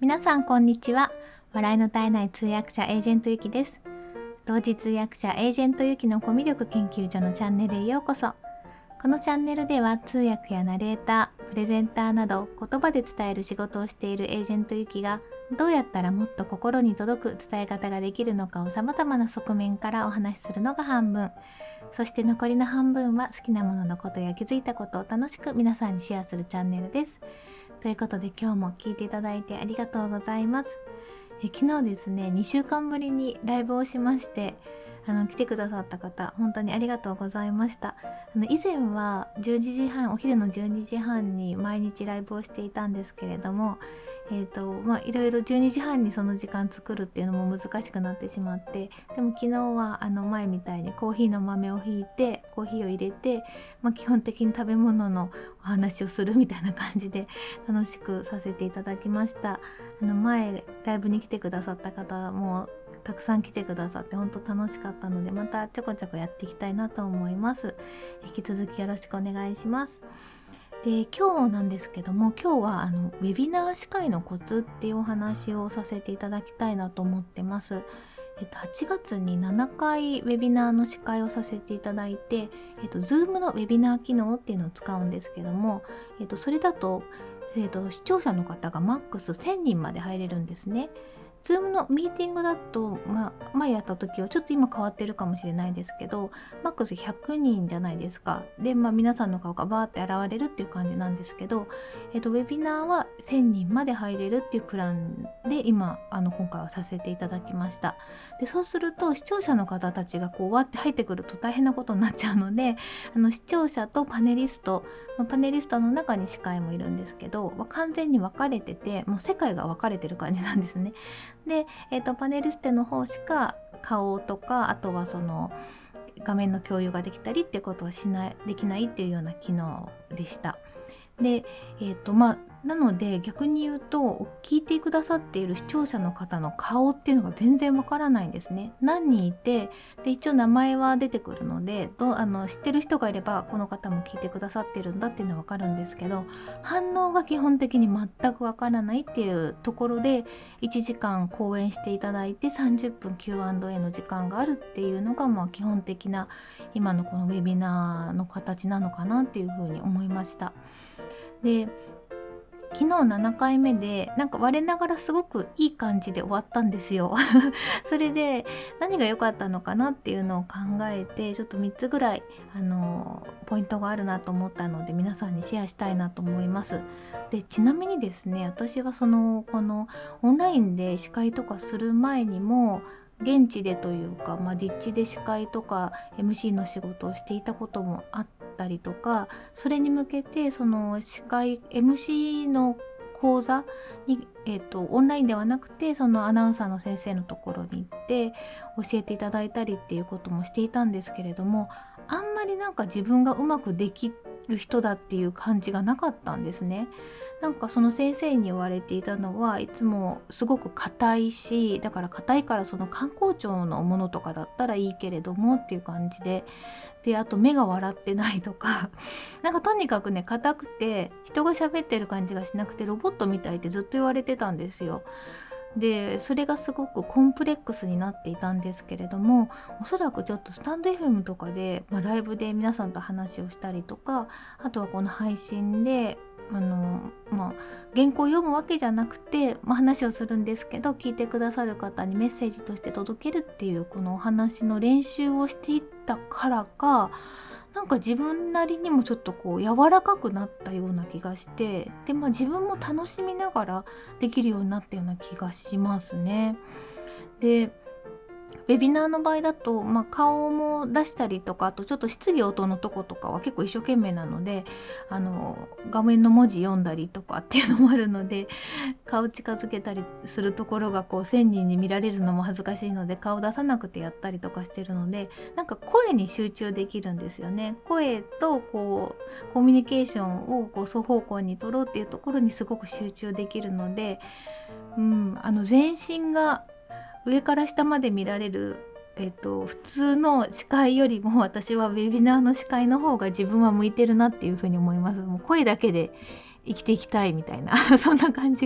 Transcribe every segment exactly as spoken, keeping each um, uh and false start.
皆さんこんにちは。笑いの絶えない通訳者エージェントゆきです。同時通訳者エージェントゆきのコミュ力研究所のチャンネルへようこそ。このチャンネルでは通訳やナレーター、プレゼンターなど言葉で伝える仕事をしているエージェントゆきがどうやったらもっと心に届く伝え方ができるのかを様々な側面からお話しするのが半分、そして残りの半分は好きなもののことや気づいたことを楽しく皆さんにシェアするチャンネルです。ということで今日も聞いていただいてありがとうございます。え昨日ですねにしゅうかんぶりにライブをしまして、あの来てくださった方本当にありがとうございました。あの以前はじゅうにじはんお昼のじゅうにじはんに毎日ライブをしていたんですけれども、えーとまあ、いろいろじゅうにじはんにその時間作るっていうのも難しくなってしまって、でも昨日はあの前みたいにコーヒーの豆をひいてコーヒーを入れて、まあ、基本的に食べ物のお話をするみたいな感じで楽しくさせていただきました。あの前ライブに来てくださった方もたくさん来てくださって本当楽しかったので、またちょこちょこやっていきたいなと思います。引き続きよろしくお願いします。で今日なんですけども、今日はあのウェビナー司会のコツっていうお話をさせていただきたいなと思ってます。えっと、はちがつにななかいウェビナーの司会をさせていただいて、えっと、Zoom のウェビナー機能っていうのを使うんですけども、えっと、それだと、えっと、視聴者の方がマックスせんにんまで入れるんですね。Zoom のミーティングだと、まあ、前やった時はちょっと今変わってるかもしれないですけど、マックスひゃくにんじゃないですか。で、まあ、皆さんの顔がバーって現れるっていう感じなんですけど、えっと、ウェビナーはせんにんまで入れるっていうプランで今あの今回はさせていただきました。でそうすると視聴者の方たちがこうわって入ってくると大変なことになっちゃうので、あの視聴者とパネリスト、まあ、パネリストの中に司会もいるんですけど、まあ、完全に分かれてて、もう世界が分かれてる感じなんですね。で、えーと、パネリストの方しか顔とか、あとはその画面の共有ができたりっていうことはしないできないっていうような機能でした。で、えーとまあ、なので逆に言うと聞いてくださっている視聴者の方の顔っていうのが全然わからないんですね。何人いて、で一応名前は出てくるので、どあの知ってる人がいればこの方も聞いてくださってるんだっていうのはわかるんですけど、反応が基本的に全くわからないっていうところでいちじかん講演していただいてさんじゅっぷん キューアンドエー の時間があるっていうのが、まあ基本的な今のこのウェビナーの形なのかなっていうふうに思いました。で昨日ななかいめでなんか我ながらすごくいい感じで終わったんですよそれで何が良かったのかなっていうのを考えて、ちょっとみっつぐらいあのポイントがあるなと思ったので皆さんにシェアしたいなと思います。でちなみにですね、私はそのこのオンラインで司会とかする前にも現地でというか、まあ、実地で司会とか エムシー の仕事をしていたこともあったりとか、それに向けてその司会 エムシー の講座に、えーと、オンラインではなくてそのアナウンサーの先生のところに行って教えていただいたりっていうこともしていたんですけれども、あんまりなんか自分がうまくできる人だっていう感じがなかったんですね。なんかその先生に言われていたのは、いつもすごく硬いし、だから硬いからその観光庁のものとかだったらいいけれどもっていう感じで、であと目が笑ってないとかなんかとにかくね硬くて人が喋ってる感じがしなくてロボットみたいってずっと言われてたんですよ。でそれがすごくコンプレックスになっていたんですけれども、おそらくちょっとスタンド エフエム とかで、まあ、ライブで皆さんと話をしたりとか、あとはこの配信であの、まあ、原稿を読むわけじゃなくて、まあ、話をするんですけど、聞いてくださる方にメッセージとして届けるっていうこのお話の練習をしていったからか、なんか自分なりにもちょっとこう柔らかくなったような気がして、で、まあ、自分も楽しみながらできるようになったような気がしますね。でウェビナーの場合だと、まあ、顔も出したりとか、あとちょっと質疑応答のとことかは結構一生懸命なので、あの画面の文字読んだりとかっていうのもあるので、顔近づけたりするところがこうせんにんに見られるのも恥ずかしいので顔出さなくてやったりとかしてるので、なんか声に集中できるんですよね。声とこうコミュニケーションをこう双方向に取ろうっていうところにすごく集中できるので、うん、あの全身が上から下まで見られる、えっと、普通の司会よりも私はウェビナーの司会の方が自分は向いてるなっていうふうに思います。もう声だけで生きていきたいみたいなそんな感じが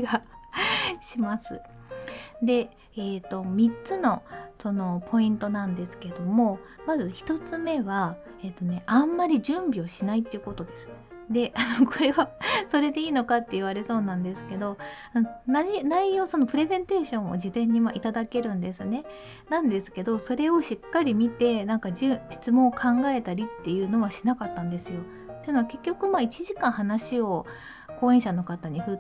します。で、えーと、みっつのそのポイントなんですけども、まずひとつめは、えーとね、あんまり準備をしないっていうことです。で、あのこれはそれでいいのかって言われそうなんですけど、何内容、そのプレゼンテーションを事前にまあいただけるんですね。なんですけど、それをしっかり見て、なんかじゅ質問を考えたりっていうのはしなかったんですよ。っていうのは結局まあいちじかん話を講演者の方に振って、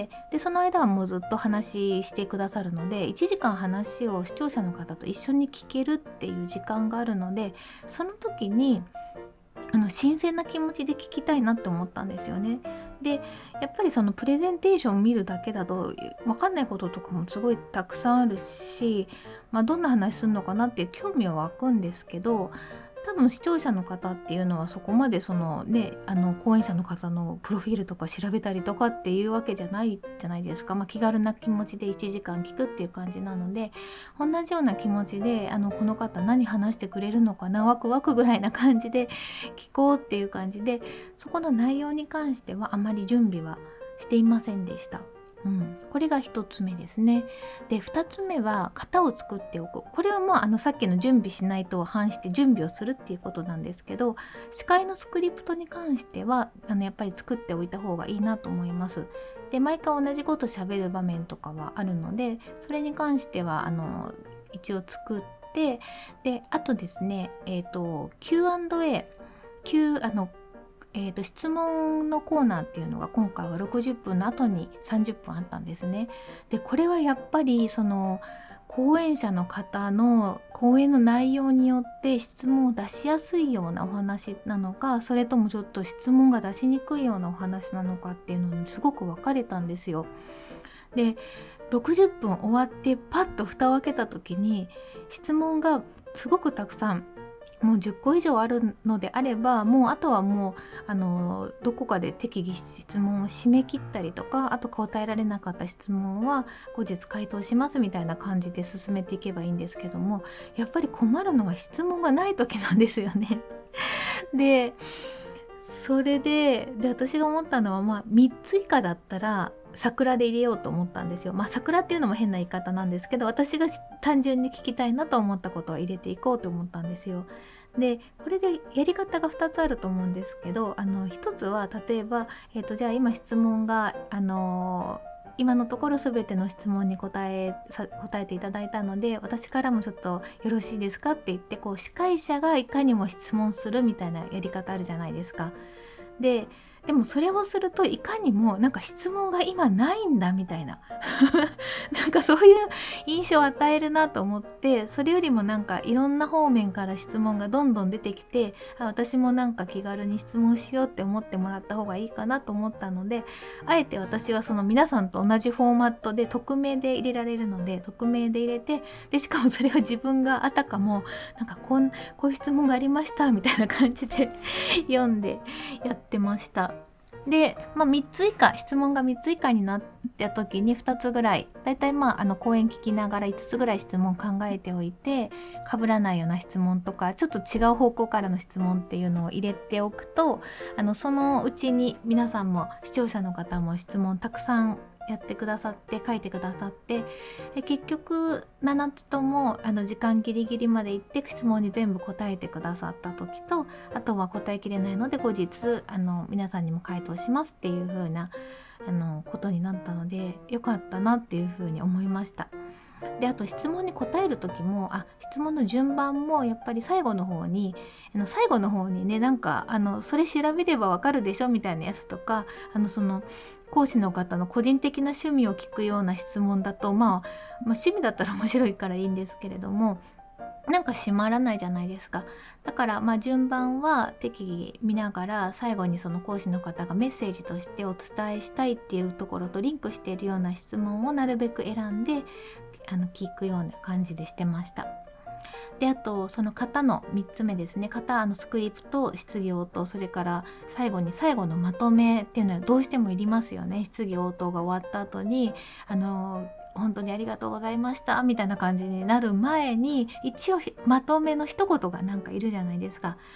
でその間はもうずっと話してくださるので、いちじかん話を視聴者の方と一緒に聞けるっていう時間があるので、その時にあの新鮮な気持ちで聞きたいなって思ったんですよね。でやっぱりそのプレゼンテーションを見るだけだと分かんないこととかもすごいたくさんあるし、まあ、どんな話するのかなっていう興味は湧くんですけど、多分視聴者の方っていうのはそこまでそのね、あの講演者の方のプロフィールとか調べたりとかっていうわけじゃないじゃないですか。まあ、気軽な気持ちでいちじかん聞くっていう感じなので、同じような気持ちであのこの方何話してくれるのかな、ワクワクぐらいな感じで聞こうっていう感じで、そこの内容に関してはあまり準備はしていませんでした。うん、これがひとつめですね。でふたつめは型を作っておく。これはまあ、あのさっきの準備しないと反して準備をするっていうことなんですけど、司会のスクリプトに関してはあのやっぱり作っておいた方がいいなと思います。で毎回同じこと喋る場面とかはあるので、それに関してはあの一応作って、であとですね、えっと キューアンドエー、Q あのえー、と質問のコーナーっていうのが今回はろくじゅっぷんの後にさんじゅっぷんあったんですね。でこれはやっぱりその講演者の方の講演の内容によって質問を出しやすいようなお話なのか、それともちょっと質問が出しにくいようなお話なのかっていうのにすごく分かれたんですよ。でろくじゅっぷん終わってパッと蓋を開けた時に質問がすごくたくさん、もうじゅっこ以上あるのであれば、もうあとはもうあのどこかで適宜質問を締め切ったりとか、あと答えられなかった質問は後日回答しますみたいな感じで進めていけばいいんですけども、やっぱり困るのは質問がない時なんですよね。でそれでで私が思ったのは、まあ、みっつ以下だったら桜で入れようと思ったんですよ。まあ桜っていうのも変な言い方なんですけど、私が単純に聞きたいなと思ったことは入れていこうと思ったんですよ。でこれでやり方がふたつあると思うんですけど、あのひとつは例えば、えーと、じゃあ今質問があのー今のところ全ての質問に答えさ答えていただいたので、私からもちょっとよろしいですかって言って、こう司会者がいかにも質問するみたいなやり方あるじゃないですか。ででもそれをするといかにもなんか質問が今ないんだみたいななんかそういう印象を与えるなと思って、それよりもなんかいろんな方面から質問がどんどん出てきて、あ私もなんか気軽に質問しようって思ってもらった方がいいかなと思ったので、あえて私はその皆さんと同じフォーマットで匿名で入れられるので匿名で入れて、でしかもそれを自分があたかもなんかこんこういう質問がありましたみたいな感じで読んでやってました。で、まあ、みっつ以下、質問がみっつ以下になった時にふたつぐらい、だいたいまああの講演聞きながらいつつぐらい質問考えておいて、被らないような質問とかちょっと違う方向からの質問っていうのを入れておくと、あのそのうちに皆さんも視聴者の方も質問たくさんやってくださって書いてくださって、え結局ななつともあの時間ギリギリまで行って質問に全部答えてくださった時と、あとは答えきれないので後日あの皆さんにも回答しますっていう風なあのことになったので、よかったなっていう風に思いました。であと質問に答える時もあ質問の順番もやっぱり最後の方にあの最後の方にね、なんかあのそれ調べればわかるでしょみたいなやつとか、あのその講師の方の個人的な趣味を聞くような質問だと、まあ、まあ趣味だったら面白いからいいんですけれども、なんか締まらないじゃないですか。だからまあ順番は適宜見ながら、最後にその講師の方がメッセージとしてお伝えしたいっていうところとリンクしているような質問をなるべく選んであの聞くような感じでしてました。であとその型のみっつめですね。型あのスクリプト、質疑応答、それから最後に最後のまとめっていうのはどうしてもいりますよね。質疑応答が終わった後にあの本当にありがとうございましたみたいな感じになる前に一応まとめの一言がなんかいるじゃないですか。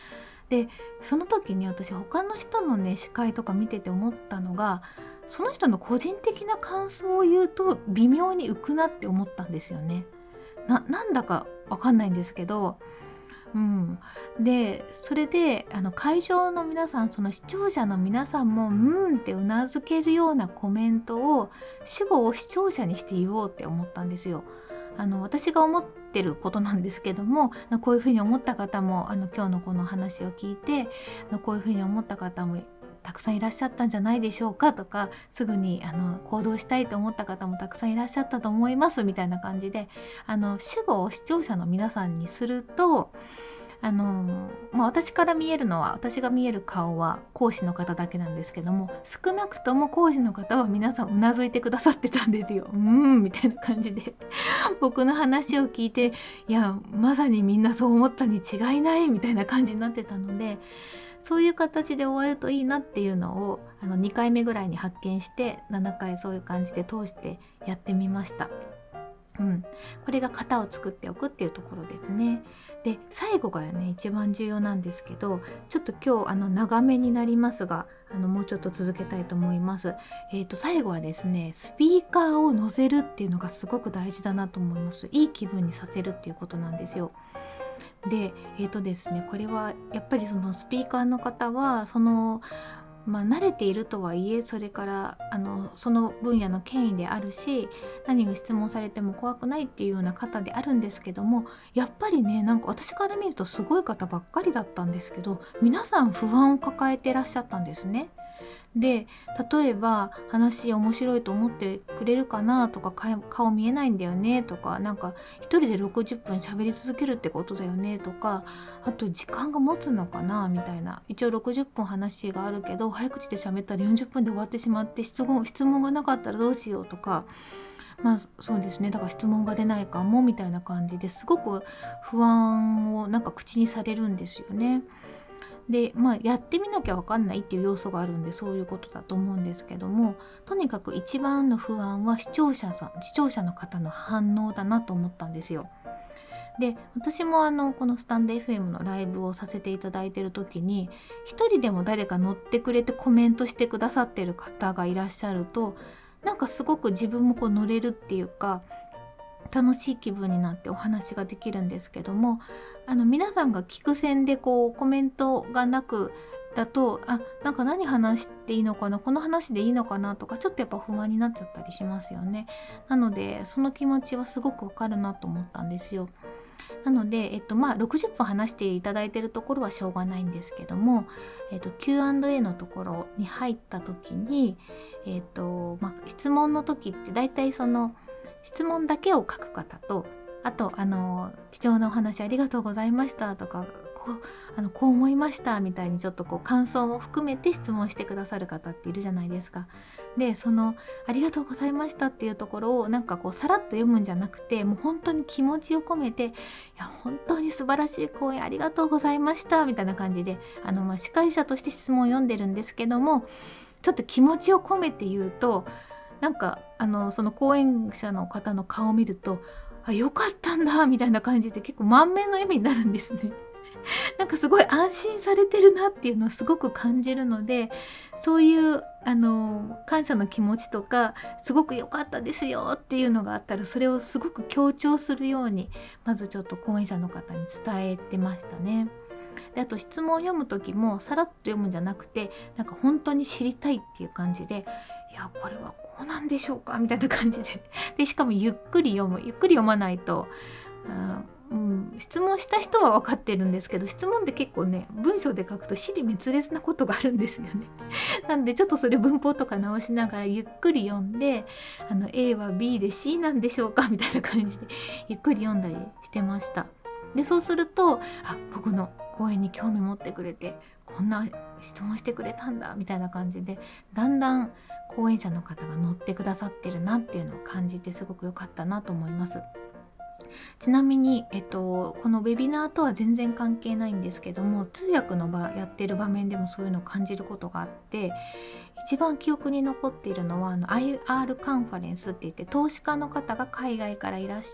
でその時に私他の人のね司会とか見てて思ったのが、その人の個人的な感想を言うと微妙に浮くなって思ったんですよね。な、なんだかわかんないんですけど、うん、でそれであの会場の皆さん、その視聴者の皆さんもうんってうなずけるようなコメントを主語を視聴者にして言おうって思ったんですよ。あの私が思ってることなんですけども、こういうふうに思った方もあの今日のこの話を聞いてあのこういうふうに思った方もたくさんいらっしゃったんじゃないでしょうかとか、すぐにあの行動したいと思った方もたくさんいらっしゃったと思いますみたいな感じで、あの主語を視聴者の皆さんにすると、あのまあ、私から見えるのは、私が見える顔は講師の方だけなんですけども、少なくとも講師の方は皆さんうなずいてくださってたんですよ。うーんみたいな感じで僕の話を聞いて、いやまさにみんなそう思ったに違いないみたいな感じになってたので、そういう形で終わるといいなっていうのをあのにかいめぐらいに発見して、ななかいそういう感じで通してやってみました。うん、これが型を作っておくっていうところですね。で最後がね一番重要なんですけど、ちょっと今日あの長めになりますが、あのもうちょっと続けたいと思います。えーと最後はですね、スピーカーを乗せるっていうのがすごく大事だなと思います。いい気分にさせるっていうことなんですよ。でえーとですねこれはやっぱりそのスピーカーの方はそのまあ、慣れているとはいえ、それからあのその分野の権威であるし、何が質問されても怖くないっていうような方であるんですけども、やっぱりねなんか私から見るとすごい方ばっかりだったんですけど、皆さん不安を抱えてらっしゃったんですね。で例えば話面白いと思ってくれるかなとか、顔見えないんだよねとか、なんか一人でろくじゅっぷん喋り続けるってことだよねとか、あと時間が持つのかなみたいな、一応ろくじゅっぷん話があるけど早口で喋ったらよんじゅっぷんで終わってしまって質問、質問がなかったらどうしようとか、まあそうですね、だから質問が出ないかもみたいな感じですごく不安をなんか口にされるんですよね。でまあやってみなきゃ分かんないっていう要素があるんで、そういうことだと思うんですけども、とにかく一番の不安は視聴者さん視聴者の方の反応だなと思ったんですよ。で私もあのこのスタンド エフエム のライブをさせていただいている時に、一人でも誰か乗ってくれてコメントしてくださってる方がいらっしゃると、なんかすごく自分もこう乗れるっていうか、楽しい気分になってお話ができるんですけども、あの皆さんが聞く線でこうコメントがなくだと、あなんか何話していいのかな、この話でいいのかなとか、ちょっとやっぱ不安になっちゃったりしますよね。なのでその気持ちはすごくわかるなと思ったんですよ。なので、えっとまあ、ろくじゅっぷん話していただいているところはしょうがないんですけども、えっと、キューアンドエー のところに入った時に、えっとまあ、質問の時ってだいたいその質問だけを書く方と、あとあの貴重なお話ありがとうございましたとか、こうあのこう思いましたみたいにちょっとこう感想も含めて質問してくださる方っているじゃないですか。でそのありがとうございましたっていうところをなんかこうさらっと読むんじゃなくて、もう本当に気持ちを込めて、いや本当に素晴らしい講演ありがとうございましたみたいな感じで、あのまあ司会者として質問を読んでるんですけども、ちょっと気持ちを込めて言うと、なんかあのその講演者の方の顔を見ると、あよかったんだみたいな感じで結構満面の笑みになるんですね。なんかすごい安心されてるなっていうのをすごく感じるので、そういうあの感謝の気持ちとか、すごく良かったですよっていうのがあったら、それをすごく強調するようにまずちょっと講演者の方に伝えてましたね。であと質問を読む時もさらっと読むんじゃなくて、なんか本当に知りたいっていう感じで、いやこれはこうなんでしょうかみたいな感じで、でしかもゆっくり読む、ゆっくり読まないと、あうん、質問した人は分かってるんですけど、質問って結構ね文章で書くと支離滅裂なことがあるんですよね。なんでちょっとそれ文法とか直しながらゆっくり読んで、あの A は B で C なんでしょうかみたいな感じでゆっくり読んだりしてました。でそうすると、あ僕の講演に興味持ってくれて、こんな質問してくれたんだみたいな感じで、だんだん講演者の方が乗ってくださってるなっていうのを感じて、すごく良かったなと思います。ちなみに、えっと、このウェビナーとは全然関係ないんですけども、通訳の場やってる場面でもそういうのを感じることがあって、一番記憶に残っているのはあの アイアール カンファレンスって言って、投資家の方が海外からいらっしゃって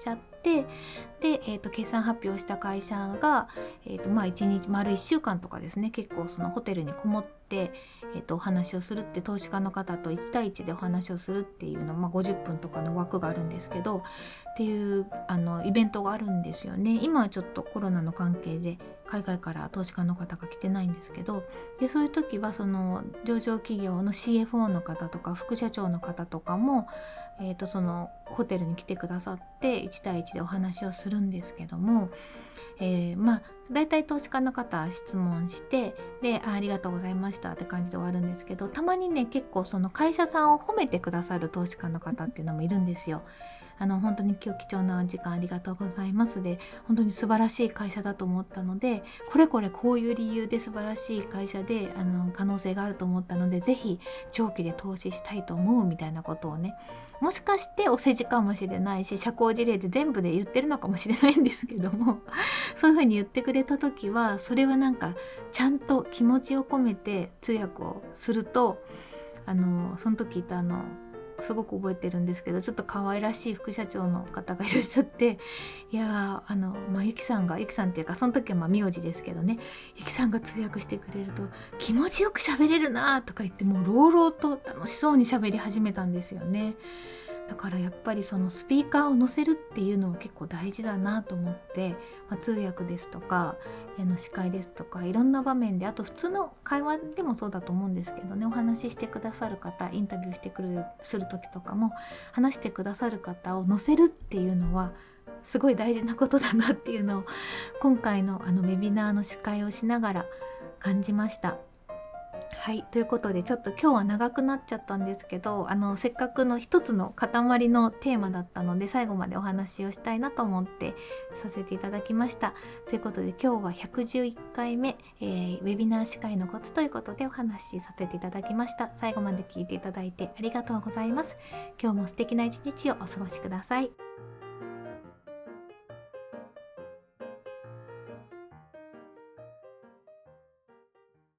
て、で、えー、と決算発表した会社が、えーとまあ、いちにち丸いっしゅうかんとかですね、結構そのホテルにこもって、えー、とお話をするって、投資家の方といち対いちでお話をするっていうの、まあ、ごじゅっぷんとかの枠があるんですけどっていうあのイベントがあるんですよね。今はちょっとコロナの関係で海外から投資家の方が来てないんですけど、でそういう時はその上場企業の シーエフオー の方とか副社長の方とかも、えー、とそのホテルに来てくださっていち対いちでお話をするんですけども、えー、まあだいたい投資家の方は質問してで あ, ありがとうございましたって感じで終わるんですけど、たまにね結構その会社さんを褒めてくださる投資家の方っていうのもいるんですよ。あの本当に今日貴重な時間ありがとうございますで、本当に素晴らしい会社だと思ったので、これこれこういう理由で素晴らしい会社であの可能性があると思ったので、ぜひ長期で投資したいと思うみたいなことをね、もしかしてお世辞かもしれないし社交辞令で全部で言ってるのかもしれないんですけどもそういう風に言ってくれた時は、それはなんかちゃんと気持ちを込めて通訳をすると、あのその時いたあのすごく覚えてるんですけど、ちょっと可愛らしい副社長の方がいらっしゃって、いやあの、まあ、ゆきさんがゆきさんっていうかその時はまあ名字ですけどね、ゆきさんが通訳してくれると気持ちよく喋れるなとか言って、もう朗々と楽しそうに喋り始めたんですよね。だからやっぱりそのスピーカーを乗せるっていうのは結構大事だなと思って、まあ、通訳ですとかあの司会ですとかいろんな場面で、あと普通の会話でもそうだと思うんですけどね、お話ししてくださる方、インタビューしてくるする時とかも話してくださる方を乗せるっていうのはすごい大事なことだなっていうのを今回のあのウェビナーの司会をしながら感じました。はい、ということでちょっと今日は長くなっちゃったんですけど、あのせっかくの一つの塊のテーマだったので最後までお話をしたいなと思ってさせていただきました。ということで今日はひゃくじゅういっかいめ、えー、ウェビナー司会のコツということでお話しさせていただきました。最後まで聞いていただいてありがとうございます。今日も素敵な一日をお過ごしください。